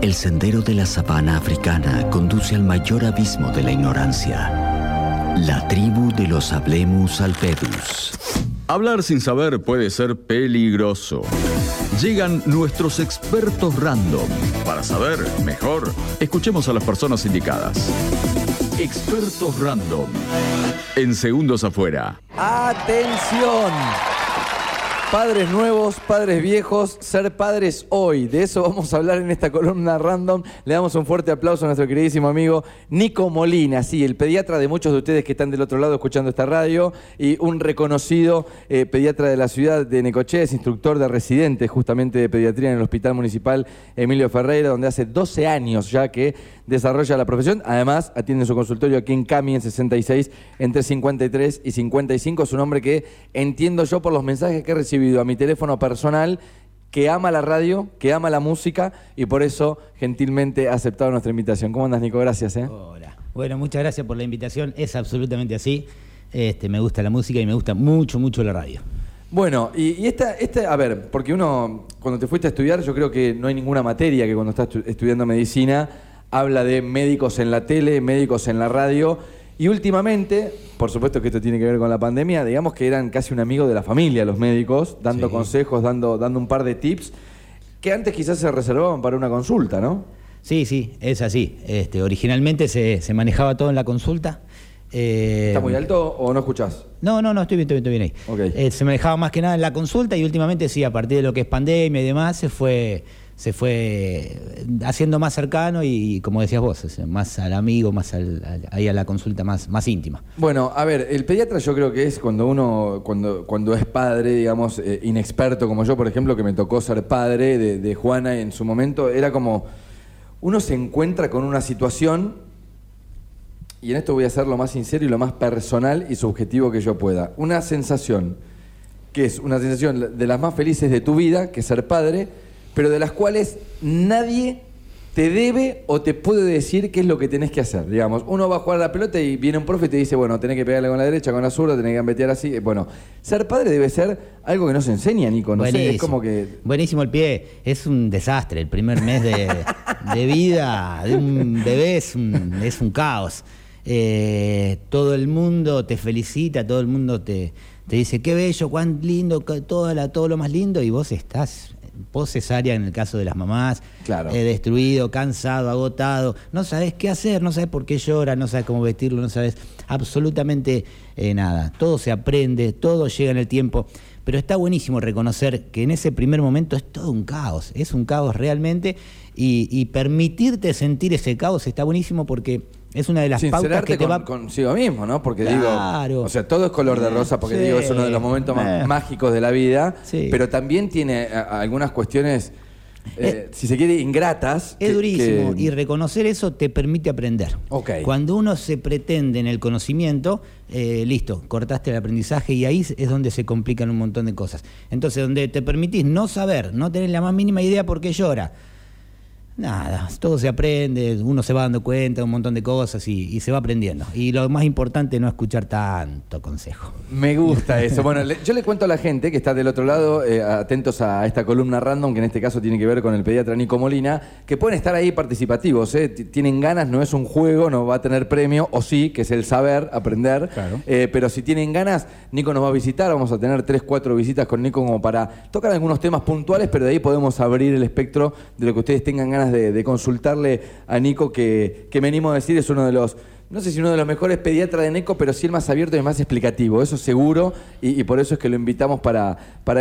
El sendero de la sabana africana conduce al mayor abismo de la ignorancia. La tribu de los Hablemus Alpedus. Hablar sin saber puede ser peligroso. Llegan nuestros expertos random. Para saber mejor, escuchemos a las personas indicadas. Expertos random. En Segundos Afuera. ¡Atención! Padres nuevos, padres viejos, ser padres hoy. De eso vamos a hablar en esta columna random. Le damos un fuerte aplauso a nuestro queridísimo amigo Nico Molina, sí, el pediatra de muchos de ustedes que están del otro lado escuchando esta radio y un reconocido pediatra de la ciudad de Necochea, es instructor de residentes justamente de pediatría en el Hospital Municipal Emilio Ferreira, donde hace 12 años ya que desarrolla la profesión. Además, atiende su consultorio aquí en Cami, en 66, entre 53 y 55. Es un hombre que entiendo yo por los mensajes que he recibido a mi teléfono personal, que ama la radio, que ama la música y por eso gentilmente ha aceptado nuestra invitación. ¿Cómo andas, Nico? Gracias. Hola. Bueno, muchas gracias por la invitación. Es absolutamente así. Me gusta la música y me gusta mucho, mucho la radio. Bueno, y esta, a ver, porque uno, cuando te fuiste a estudiar, yo creo que no hay ninguna materia que cuando estás estudiando medicina habla de médicos en la tele, médicos en la radio. Y últimamente, por supuesto que esto tiene que ver con la pandemia, digamos que eran casi un amigo de la familia los médicos, dando consejos, dando un par de tips, que antes quizás se reservaban para una consulta, ¿no? Sí, es así. Originalmente se manejaba todo en la consulta. ¿Está muy alto o no escuchás? No, estoy bien ahí. Okay. Se manejaba más que nada en la consulta y últimamente sí, a partir de lo que es pandemia y demás, se fue haciendo más cercano y como decías vos, más al amigo, más ahí a la consulta más íntima. Bueno, a ver, el pediatra yo creo que es cuando uno, cuando es padre, digamos, inexperto como yo, por ejemplo, que me tocó ser padre de Juana en su momento, era como, uno se encuentra con una situación, y en esto voy a ser lo más sincero y lo más personal y subjetivo que yo pueda, una sensación, que es una sensación de las más felices de tu vida, que es ser padre, pero de las cuales nadie te debe o te puede decir qué es lo que tenés que hacer. Digamos, uno va a jugar a la pelota y viene un profe y te dice, bueno, tenés que pegarle con la derecha, con la zurda, tenés que gambetear así. Bueno, ser padre debe ser algo que no se enseña, Nico. No sé, es como que... Buenísimo el pie. Es un desastre. El primer mes de vida de un bebé es un caos. Todo el mundo te felicita, todo el mundo te dice, qué bello, cuán lindo, todo lo más lindo, y vos estás... post-cesárea en el caso de las mamás, claro. Destruido, cansado, agotado, no sabes qué hacer, no sabes por qué llora, no sabes cómo vestirlo, no sabes absolutamente nada. Todo se aprende, todo llega en el tiempo, pero está buenísimo reconocer que en ese primer momento es todo un caos, es un caos realmente, y permitirte sentir ese caos está buenísimo porque es una de las pautas que te va... consigo mismo, ¿no? Porque claro. Digo, o sea, todo es color de rosa, porque digo, es uno de los momentos más mágicos de la vida, pero también tiene algunas cuestiones, si se quiere, ingratas. Es durísimo, y reconocer eso te permite aprender. Okay. Cuando uno se pretende en el conocimiento, listo, cortaste el aprendizaje y ahí es donde se complican un montón de cosas. Entonces, donde te permitís no saber, no tener la más mínima idea por qué llora, nada, todo se aprende, uno se va dando cuenta de un montón de cosas y se va aprendiendo. Y lo más importante es no escuchar tanto consejo. Me gusta eso. Bueno, yo le cuento a la gente que está del otro lado, atentos a esta columna random, que en este caso tiene que ver con el pediatra Nico Molina, que pueden estar ahí participativos, tienen ganas, no es un juego, no va a tener premio, o sí, que es el saber, aprender. Claro. Pero si tienen ganas, Nico nos va a visitar, vamos a tener 3, 4 visitas con Nico como para tocar algunos temas puntuales, pero de ahí podemos abrir el espectro de lo que ustedes tengan ganas de consultarle a Nico, que me animo a decir es uno de los, no sé si uno de los mejores pediatras de Neco, pero sí el más abierto y el más explicativo, eso seguro, y por eso es que lo invitamos para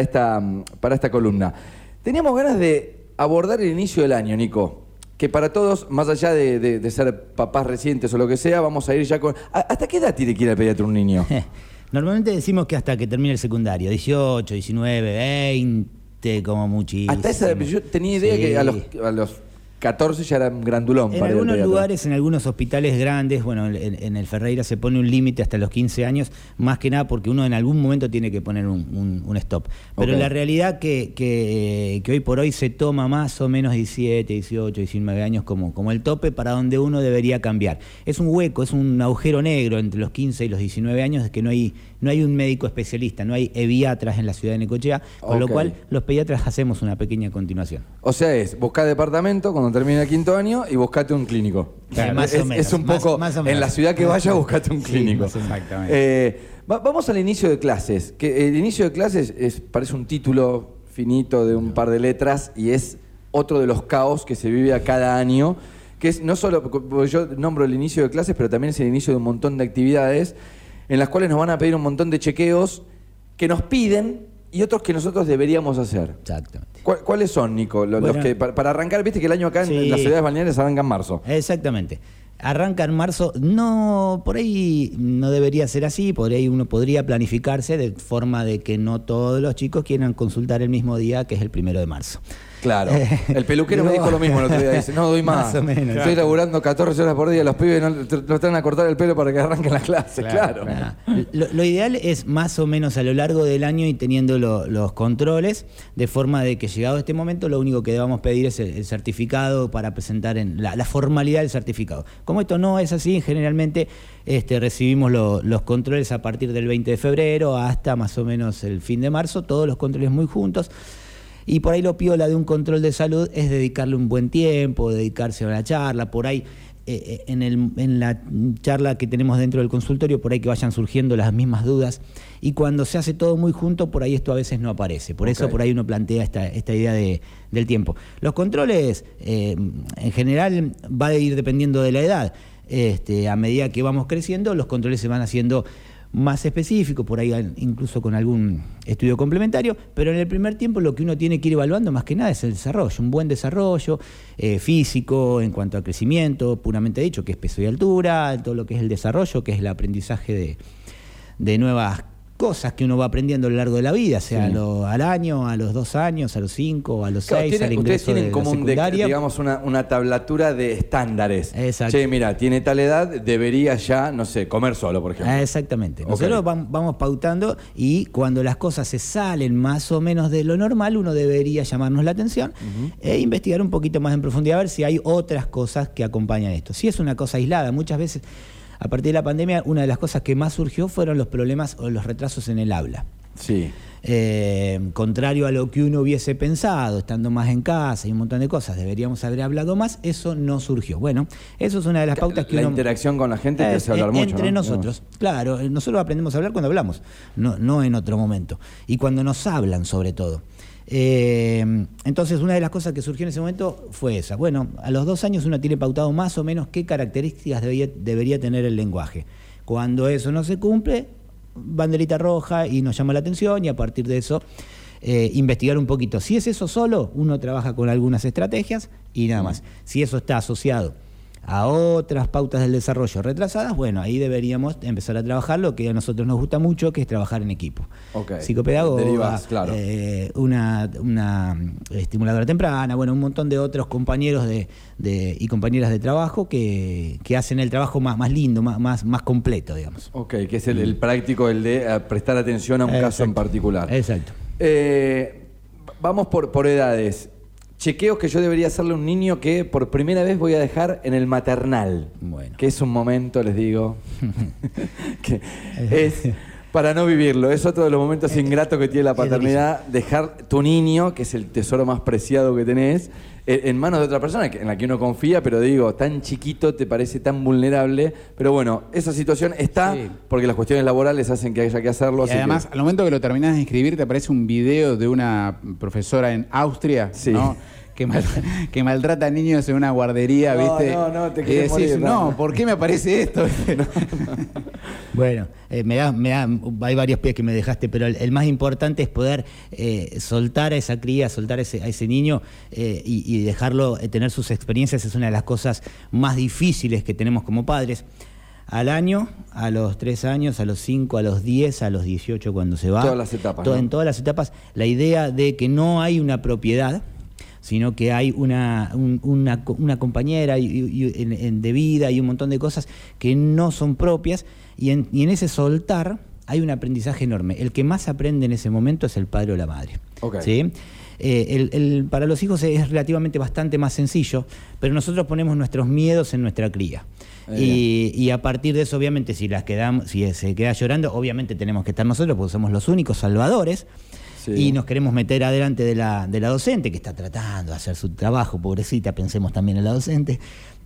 esta columna. Teníamos ganas de abordar el inicio del año, Nico, que para todos, más allá de ser papás recientes o lo que sea, vamos a ir ya con... ¿Hasta qué edad tiene que ir al pediatra un niño? Normalmente decimos que hasta que termine el secundario, 18, 19, 20, como muchísimo. Hasta esa, yo tenía idea que a los 14 ya era un grandulón. En algunos lugares, en algunos hospitales grandes, bueno, en el Ferreira se pone un límite hasta los 15 años, más que nada porque uno en algún momento tiene que poner un stop. Pero la realidad que hoy por hoy se toma más o menos 17, 18, 19 años como el tope para donde uno debería cambiar. Es un hueco, es un agujero negro entre los 15 y los 19 años, que no hay un médico especialista, no hay eviatras en la ciudad de Necochea, con lo cual los pediatras hacemos una pequeña continuación. O sea, es buscar departamento cuando cuando termine el quinto año y buscate un clínico. Claro, más o menos, es un poco, más o menos. en la ciudad que vaya, buscate un clínico. Sí, exactamente. Vamos al inicio de clases. Que el inicio de clases parece un título finito de un par de letras y es otro de los caos que se vive a cada año, que es no solo, porque yo nombro el inicio de clases, pero también es el inicio de un montón de actividades en las cuales nos van a pedir un montón de chequeos que nos piden y otros que nosotros deberíamos hacer. Exactamente. ¿Cuáles son, Nico? Los Bueno, que para arrancar, viste que el año acá sí, en las ciudades balnearias arranca en marzo. Exactamente. Arranca en marzo, no, por ahí no debería ser así, por ahí uno podría planificarse de forma de que no todos los chicos quieran consultar el mismo día, que es el 1 de marzo. Claro. El peluquero me dijo lo mismo el otro día. Dice, no doy más. Más o menos. Estoy laburando 14 horas por día. Los pibes no están a cortar el pelo para que arranquen las clases. Claro. Lo ideal es más o menos a lo largo del año y teniendo los controles, de forma de que llegado este momento lo único que debamos pedir es el certificado para presentar en la formalidad del certificado. Como esto no es así, generalmente recibimos los controles a partir del 20 de febrero hasta más o menos el fin de marzo, todos los controles muy juntos. Y por ahí lo piola de un control de salud es dedicarle un buen tiempo, dedicarse a una charla, por ahí en la charla que tenemos dentro del consultorio, por ahí que vayan surgiendo las mismas dudas, y cuando se hace todo muy junto, por ahí esto a veces no aparece, por eso por ahí uno plantea esta idea del tiempo. Los controles en general va a ir dependiendo de la edad, a medida que vamos creciendo los controles se van haciendo más específico, por ahí incluso con algún estudio complementario, pero en el primer tiempo lo que uno tiene que ir evaluando más que nada es el desarrollo, un buen desarrollo físico en cuanto a crecimiento, puramente dicho, que es peso y altura, todo lo que es el desarrollo, que es el aprendizaje de nuevas cosas que uno va aprendiendo a lo largo de la vida, sea al año, a los 2 años, a los 5, a los 6, al ingreso ustedes tienen de como la secundaria. digamos una tablatura de estándares. Exacto. Che, mira, tiene tal edad, debería ya, no sé, comer solo, por ejemplo. Exactamente. Nosotros vamos pautando y cuando las cosas se salen más o menos de lo normal, uno debería llamarnos la atención e investigar un poquito más en profundidad a ver si hay otras cosas que acompañan esto. Si es una cosa aislada, muchas veces a partir de la pandemia, una de las cosas que más surgió fueron los problemas o los retrasos en el habla. Sí. Contrario a lo que uno hubiese pensado, estando más en casa y un montón de cosas, deberíamos haber hablado más, eso no surgió. Bueno, eso es una de las pautas que la interacción con la gente te hace hablar mucho, entre ¿no? nosotros. Claro, nosotros aprendemos a hablar cuando hablamos, no en otro momento. Y cuando nos hablan, sobre todo. Entonces una de las cosas que surgió en ese momento fue esa. Bueno, a los 2 años uno tiene pautado más o menos qué características debería tener el lenguaje. Cuando eso no se cumple, banderita roja y nos llama la atención y a partir de eso investigar un poquito. Si es eso solo, uno trabaja con algunas estrategias y nada más. Si eso está asociado a otras pautas del desarrollo retrasadas, bueno, ahí deberíamos empezar a trabajar lo que a nosotros nos gusta mucho, que es trabajar en equipo. Psicopedagoga, claro. Una estimuladora temprana, bueno, un montón de otros compañeros y compañeras de trabajo que hacen el trabajo más lindo, más completo, digamos. Ok, que es el práctico, el de prestar atención a un caso en particular. Exacto. Vamos por edades. Chequeos que yo debería hacerle a un niño que por primera vez voy a dejar en el maternal. Bueno. Que es un momento, les digo, que es para no vivirlo. Es otro de los momentos ingratos que tiene la paternidad, dejar tu niño, que es el tesoro más preciado que tenés, en manos de otra persona en la que uno confía, pero digo, tan chiquito, te parece tan vulnerable. Pero bueno, esa situación está porque las cuestiones laborales hacen que haya que hacerlo. Y además, al momento que lo terminás de escribir, te aparece un video de una profesora en Austria, ¿no? que maltrata a niños en una guardería, ¿viste? No, te querés morir. No, ¿por qué me aparece esto? Bueno, hay varios pies que me dejaste, pero el más importante es poder soltar a esa cría, soltar a ese niño y dejarlo tener sus experiencias. Es una de las cosas más difíciles que tenemos como padres. Al año, a los 3 años, a los 5, a los 10, a los 18 cuando se va. Todas las etapas. En todas las etapas, la idea de que no hay una propiedad, sino que hay una compañera de vida y un montón de cosas que no son propias, y en ese soltar hay un aprendizaje enorme. El que más aprende en ese momento es el padre o la madre. ¿Sí? Para los hijos es relativamente bastante más sencillo, pero nosotros ponemos nuestros miedos en nuestra cría. Y a partir de eso, obviamente, si se queda llorando, obviamente tenemos que estar nosotros, porque somos los únicos salvadores. y nos queremos meter adelante de la docente, que está tratando de hacer su trabajo, pobrecita, pensemos también en la docente.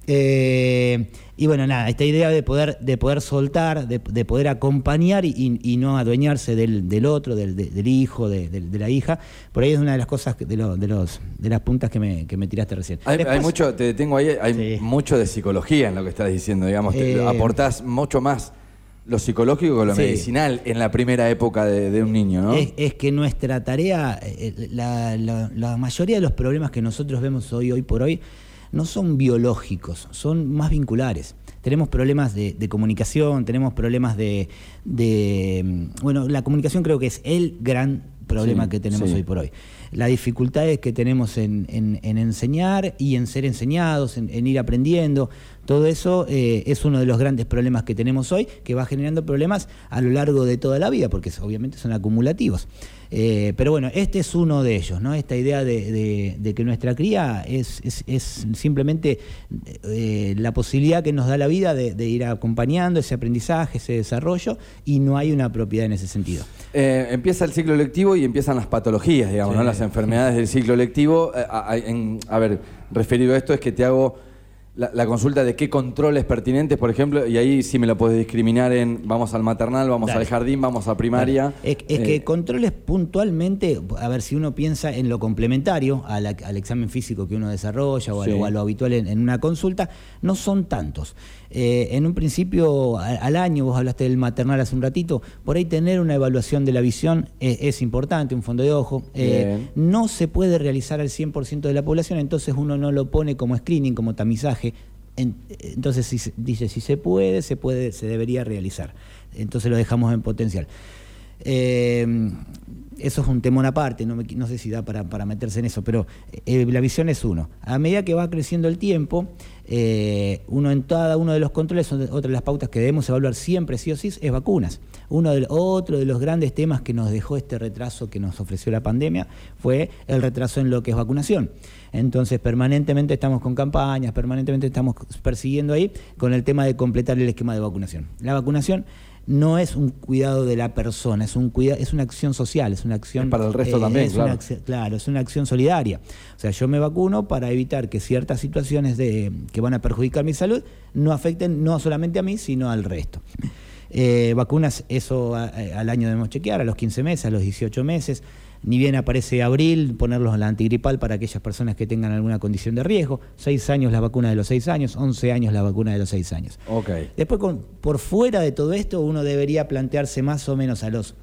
Y bueno, nada, esta idea de poder soltar, de poder acompañar y no adueñarse del otro, del hijo, de la hija, por ahí es una de las cosas, de las puntas que me tiraste recién. Hay mucho, te detengo ahí, hay mucho de psicología en lo que estás diciendo, digamos, aportás mucho más lo psicológico que lo medicinal en la primera época de un niño, ¿no? Es que nuestra tarea, la mayoría de los problemas que nosotros vemos hoy por hoy, no son biológicos, son más vinculares. Tenemos problemas de comunicación, tenemos problemas bueno, la comunicación creo que es el gran problema que tenemos hoy por hoy. Las dificultades que tenemos en enseñar y en ser enseñados, en ir aprendiendo, todo eso es uno de los grandes problemas que tenemos hoy, que va generando problemas a lo largo de toda la vida, porque obviamente son acumulativos. Pero bueno, este es uno de ellos, ¿no? Esta idea de que nuestra cría es simplemente la posibilidad que nos da la vida de ir acompañando ese aprendizaje, ese desarrollo, y no hay una propiedad en ese sentido. Empieza el ciclo lectivo y empiezan las patologías, digamos, ¿no? Las enfermedades del ciclo lectivo. A ver, referido a esto es que te hago la consulta de qué controles pertinentes, por ejemplo, y ahí sí me lo puedes discriminar en vamos al maternal, vamos al jardín, vamos a primaria. Es que controles puntualmente, a ver, si uno piensa en lo complementario al examen físico que uno desarrolla o a lo habitual en una consulta, no son tantos. En un principio, al año, vos hablaste del maternal hace un ratito, por ahí tener una evaluación de la visión es importante, un fondo de ojo. No se puede realizar al 100% de la población, entonces uno no lo pone como screening, como tamizaje. Entonces, si se puede, se debería realizar. Entonces lo dejamos en potencial. Eso es un temor aparte, no sé si da para meterse en eso, pero la visión es uno. A medida que va creciendo el tiempo, uno en cada uno de los controles, otra de las pautas que debemos evaluar siempre, sí o sí, es vacunas. Otro de los grandes temas que nos dejó este retraso que nos ofreció la pandemia fue el retraso en lo que es vacunación. Entonces, permanentemente estamos con campañas, permanentemente estamos persiguiendo ahí con el tema de completar el esquema de vacunación. La vacunación no es un cuidado de la persona, es una acción social, es una acción... Es para el resto también, claro. Claro, es una acción solidaria. O sea, yo me vacuno para evitar que ciertas situaciones que van a perjudicar mi salud no afecten no solamente a mí, sino al resto. Vacunas, eso al año debemos chequear, a los 15 meses, a los 18 meses. Ni bien aparece abril, ponerlos en la antigripal para aquellas personas que tengan alguna condición de riesgo. 6 años la vacuna de los 6 años, 11 años la vacuna de los 6 años. Okay. Después, por fuera de todo esto, uno debería plantearse más o menos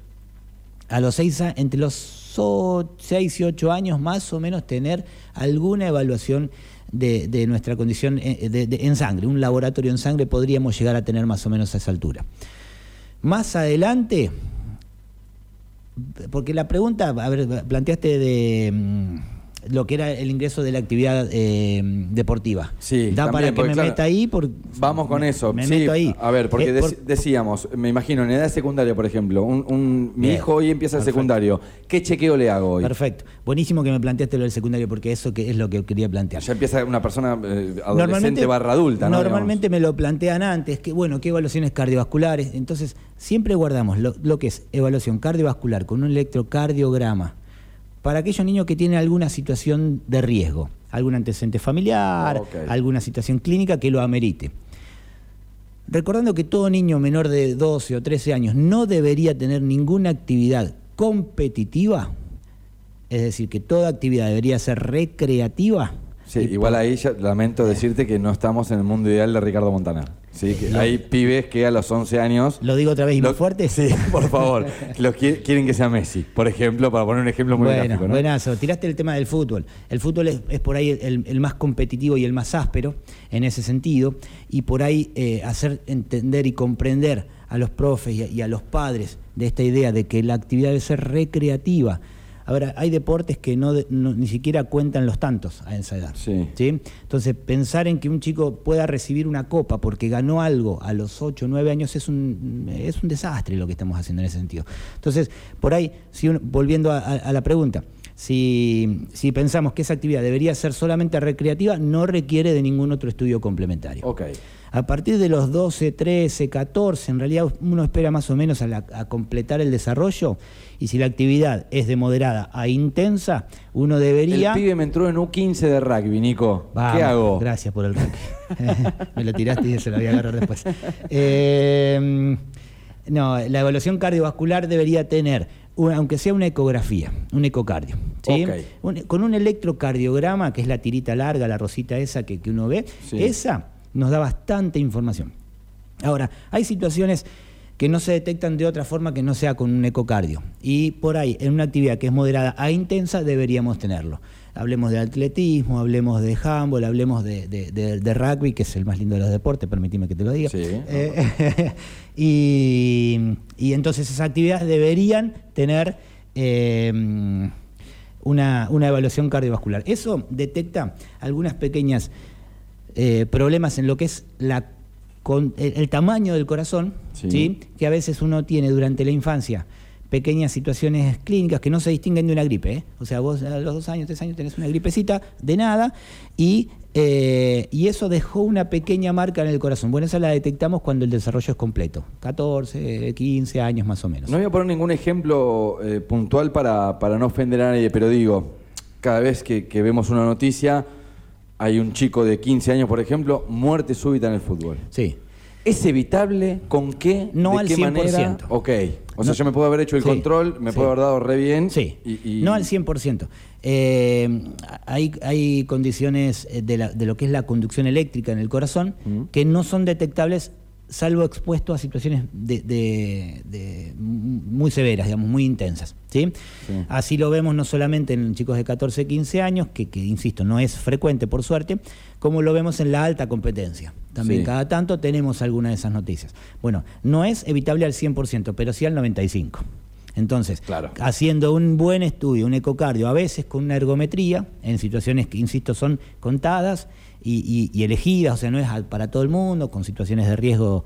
entre los 6 y 8 años, más o menos tener alguna evaluación de nuestra condición en sangre. Un laboratorio en sangre podríamos llegar a tener más o menos a esa altura. Más adelante... Porque la pregunta, a ver, planteaste de lo que era el ingreso de la actividad deportiva. Sí, ¿Da también, para que me meta ahí? Vamos con eso. Me meto ahí. A ver, porque decíamos, me imagino, en edad secundaria, por ejemplo, mi hijo hoy empieza el secundario. ¿Qué chequeo le hago hoy? Perfecto. Buenísimo que me planteaste lo del secundario, porque eso es lo que quería plantear. Ya empieza una persona adolescente barra adulta, ¿no? Normalmente me lo plantean antes, qué evaluaciones cardiovasculares. Entonces, siempre guardamos lo que es evaluación cardiovascular con un electrocardiograma para aquellos niños que tienen alguna situación de riesgo, algún antecedente familiar, alguna situación clínica que lo amerite. Recordando que todo niño menor de 12 o 13 años no debería tener ninguna actividad competitiva, es decir, que toda actividad debería ser recreativa. Sí, igual ahí ya lamento decirte que no estamos en el mundo ideal de Ricardo Montaner. Sí, que hay pibes que a los 11 años... ¿Lo digo otra vez y más fuerte? Sí, por favor. Quieren que sea Messi, por ejemplo, para poner un ejemplo muy gráfico, ¿no? Buenazo. Tiraste el tema del fútbol. El fútbol es por ahí el más competitivo y el más áspero en ese sentido, y por ahí hacer entender y comprender a los profes y a los padres de esta idea de que la actividad debe ser recreativa. Ahora, hay deportes que ni siquiera cuentan los tantos a esa edad. Sí. ¿Sí? Entonces, pensar en que un chico pueda recibir una copa porque ganó algo a los 8 o 9 años es un desastre lo que estamos haciendo en ese sentido. Entonces, por ahí, volviendo a la pregunta, si pensamos que esa actividad debería ser solamente recreativa, no requiere de ningún otro estudio complementario. Okay. A partir de los 12, 13, 14, en realidad uno espera más o menos a completar el desarrollo, y si la actividad es de moderada a intensa, uno debería... El pibe me entró en U15 de rugby, Nico. Vamos, ¿qué hago? Gracias por el rugby. Me lo tiraste y se lo voy a agarrar después. No, la evaluación cardiovascular debería tener, aunque sea una ecografía, un ecocardio, ¿sí? Okay. Con un electrocardiograma, que es la tirita larga, la rosita esa que uno ve, sí, esa nos da bastante información. Ahora, hay situaciones que no se detectan de otra forma que no sea con un ecocardio, y por ahí, en una actividad que es moderada a intensa, deberíamos tenerlo. Hablemos de atletismo, hablemos de handball, hablemos de rugby, que es el más lindo de los deportes, permíteme que te lo diga. Sí. Y entonces esas actividades deberían tener una evaluación cardiovascular. Eso detecta algunas pequeñas problemas en lo que es el tamaño del corazón, sí, ¿sí? Que a veces uno tiene durante la infancia pequeñas situaciones clínicas que no se distinguen de una gripe, ¿eh? O sea, vos a los 2 años, 3 años tenés una gripecita de nada y eso dejó una pequeña marca en el corazón. Bueno, esa la detectamos cuando el desarrollo es completo, 14, 15 años más o menos. No voy a poner ningún ejemplo puntual para no ofender a nadie, pero digo, cada vez que vemos una noticia, hay un chico de 15 años, por ejemplo, muerte súbita en el fútbol. Sí. ¿Es evitable? ¿Con qué? No ¿De al qué 100%. manera? Ok. O sea, yo me puedo haber hecho el control, me puedo haber dado re bien. Sí, no al 100%. Hay condiciones de lo que es la conducción eléctrica en el corazón que no son detectables salvo expuesto a situaciones muy severas, digamos, muy intensas, ¿sí? Sí. Así lo vemos no solamente en chicos de 14, 15 años, que insisto, no es frecuente por suerte, como lo vemos en la alta competencia. También sí, cada tanto tenemos alguna de esas noticias. Bueno, no es evitable al 100%, pero sí al 95%. Entonces, claro, haciendo un buen estudio, un ecocardio, a veces con una ergometría, en situaciones que, insisto, son contadas y elegidas, o sea, no es para todo el mundo, con situaciones de riesgo.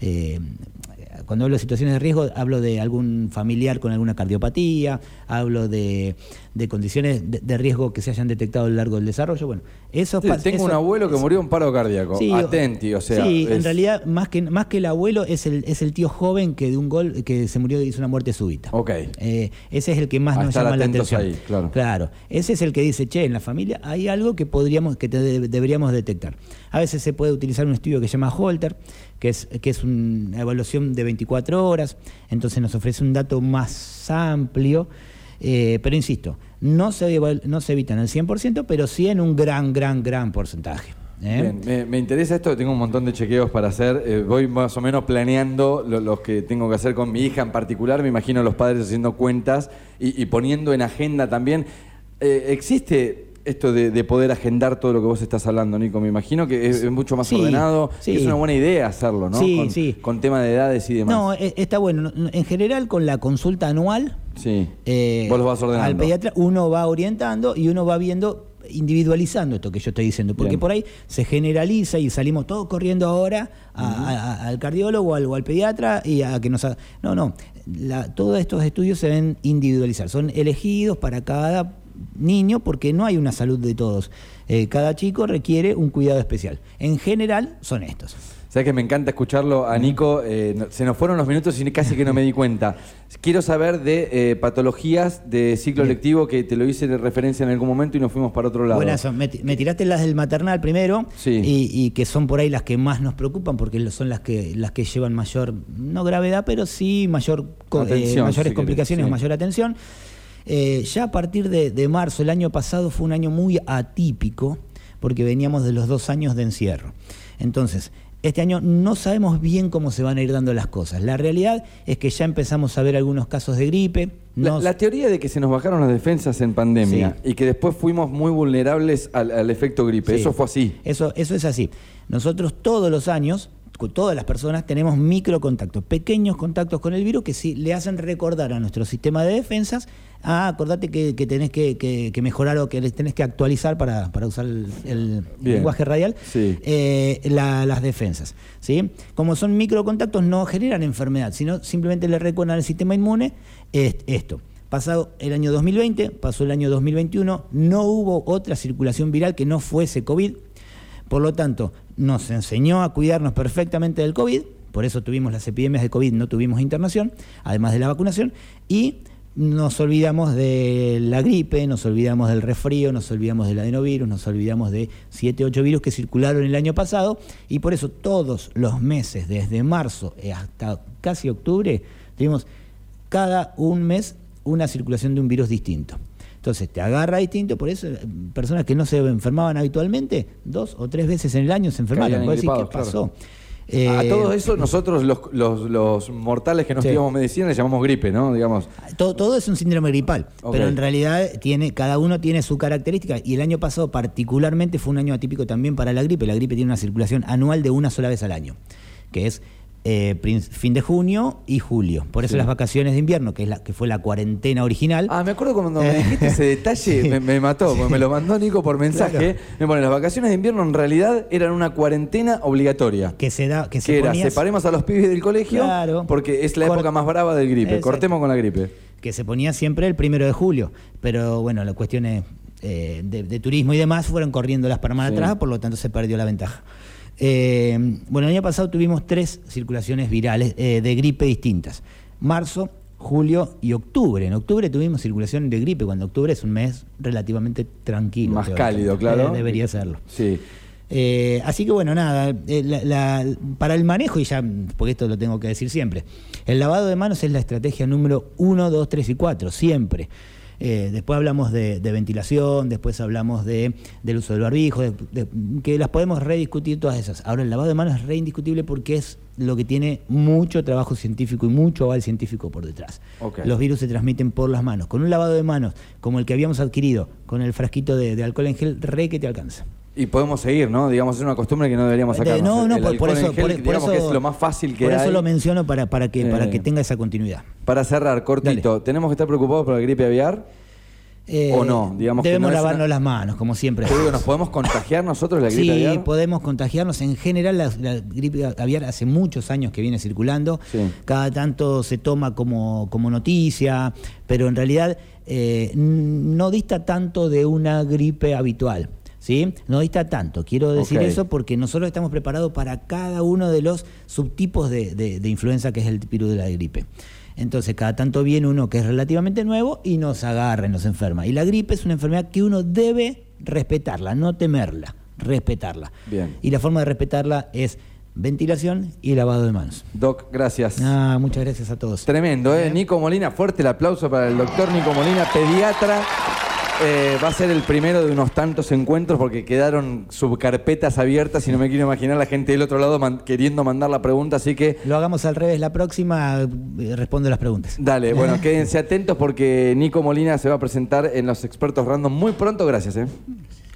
Cuando hablo de situaciones de riesgo, hablo de algún familiar con alguna cardiopatía, hablo de condiciones de riesgo que se hayan detectado a lo largo del desarrollo. Bueno, eso sí, tengo un abuelo que murió en paro cardíaco. Sí, atenti, o sea. Sí, en realidad, más que el abuelo, es el tío joven que de un gol que se murió y hizo una muerte súbita. Ok. Ese es el que más nos llama la atención. Ahí, claro. Claro. Ese es el que dice, che, en la familia hay algo que deberíamos detectar. A veces se puede utilizar un estudio que se llama Holter, que es una evaluación de 24 horas, entonces nos ofrece un dato más amplio, pero insisto, no se evitan al 100%, pero sí en un gran porcentaje. Bien, me interesa esto, tengo un montón de chequeos para hacer, voy más o menos planeando los que tengo que hacer con mi hija en particular, me imagino los padres haciendo cuentas y poniendo en agenda también. ¿Existe esto de poder agendar todo lo que vos estás hablando, Nico? Me imagino que es mucho más ordenado, sí, es una buena idea hacerlo, ¿no? Sí, con tema de edades y demás. No, está bueno. En general, con la consulta anual, sí, vos los vas ordenando. Al pediatra uno va orientando y uno va viendo, individualizando esto que yo estoy diciendo, porque bien, por ahí se generaliza y salimos todos corriendo ahora al cardiólogo o al pediatra y a que nos haga... No, todos estos estudios se deben individualizar, son elegidos para cada niño porque no hay una salud de todos. Cada chico requiere un cuidado especial. En general son estos. Sabes que me encanta escucharlo a Nico, se nos fueron los minutos y casi que no me di cuenta. Quiero saber de patologías de ciclo lectivo, que te lo hice de referencia en algún momento y nos fuimos para otro lado. Buenazo, me tiraste las del maternal primero, sí, y que son por ahí las que más nos preocupan porque son las que llevan mayor, no gravedad, pero sí mayores complicaciones, sí, mayor atención. Ya a partir de marzo, el año pasado fue un año muy atípico porque veníamos de los 2 años de encierro. Entonces, este año no sabemos bien cómo se van a ir dando las cosas. La realidad es que ya empezamos a ver algunos casos de gripe. La teoría de que se nos bajaron las defensas en pandemia, sí, y que después fuimos muy vulnerables al efecto gripe, sí, eso fue así. Eso es así. Nosotros todos los años, todas las personas, tenemos microcontactos, pequeños contactos con el virus que sí le hacen recordar a nuestro sistema de defensas, acordate que tenés que mejorar o que tenés que actualizar para usar el lenguaje radial, sí, las defensas, ¿sí? Como son microcontactos, no generan enfermedad, sino simplemente le recuerdan al sistema inmune esto. Pasado el año 2020, pasó el año 2021, no hubo otra circulación viral que no fuese COVID. Por lo tanto, nos enseñó a cuidarnos perfectamente del COVID, por eso tuvimos las epidemias de COVID, no tuvimos internación, además de la vacunación, y nos olvidamos de la gripe, nos olvidamos del resfrío, nos olvidamos del adenovirus, nos olvidamos de 7, 8 virus que circularon el año pasado, y por eso todos los meses, desde marzo hasta casi octubre, tuvimos cada un mes una circulación de un virus distinto. Entonces te agarra distinto, por eso personas que no se enfermaban habitualmente, 2 o 3 veces en el año se enfermaron. ¿Qué pasó? A todo eso nosotros los mortales que no estudiamos medicina le llamamos gripe, ¿no? Digamos. Todo es un síndrome gripal, pero en realidad cada uno tiene su característica, y el año pasado particularmente fue un año atípico también para la gripe. La gripe tiene una circulación anual de una sola vez al año, que es fin de junio y julio. Por eso las vacaciones de invierno, que fue la cuarentena original. Me acuerdo cuando me dijiste ese detalle, me mató, porque me lo mandó Nico por mensaje. Claro. Me pone, las vacaciones de invierno en realidad eran una cuarentena obligatoria. Que separemos a los pibes del colegio, porque es la época más brava del gripe. Exacto. Cortemos con la gripe. Que se ponía siempre el 1 de julio. Pero bueno, las cuestiones de turismo y demás fueron corriendo las para atrás, por lo tanto se perdió la ventaja. Bueno, el año pasado tuvimos 3 circulaciones virales de gripe distintas: marzo, julio y octubre. En octubre tuvimos circulación de gripe, cuando octubre es un mes relativamente tranquilo. Más cálido, claro. Debería serlo. Sí. Así que bueno, nada, para el manejo, y ya, porque esto lo tengo que decir siempre, el lavado de manos es la estrategia número 1, 2, 3 y 4, siempre. Después hablamos de ventilación, después hablamos del uso del barbijo, que las podemos rediscutir todas esas. Ahora, el lavado de manos es re indiscutible porque es lo que tiene mucho trabajo científico y mucho aval científico por detrás. Okay. Los virus se transmiten por las manos. Con un lavado de manos como el que habíamos adquirido, con el frasquito de alcohol en gel, que te alcanza. Y podemos seguir, ¿no? Digamos, es una costumbre que no deberíamos sacar. Por eso que es lo más fácil que hay. Por eso lo menciono para que tenga esa continuidad. Para cerrar, cortito, dale. ¿Tenemos que estar preocupados por la gripe aviar? ¿O no? Digamos debemos lavarnos las manos, como siempre. Te digo, ¿nos podemos contagiar nosotros la gripe aviar? Sí, podemos contagiarnos. En general, la gripe aviar hace muchos años que viene circulando. Sí. Cada tanto se toma como noticia, pero en realidad no dista tanto de una gripe habitual. ¿Sí? No dista tanto, quiero decir eso porque nosotros estamos preparados para cada uno de los subtipos de influenza, que es el virus de la gripe. Entonces, cada tanto viene uno que es relativamente nuevo y nos agarra y nos enferma. Y la gripe es una enfermedad que uno debe respetarla, no temerla, respetarla. Bien. Y la forma de respetarla es ventilación y lavado de manos. Doc, gracias. Muchas gracias a todos. Tremendo, ¿eh? Nico Molina, fuerte el aplauso para el doctor Nico Molina, pediatra. Va a ser el primero de unos tantos encuentros porque quedaron subcarpetas abiertas y no me quiero imaginar la gente del otro lado queriendo mandar la pregunta, así que... Lo hagamos al revés, la próxima respondo las preguntas. Dale, bueno, quédense atentos porque Nico Molina se va a presentar en Los Expertos Random muy pronto, gracias.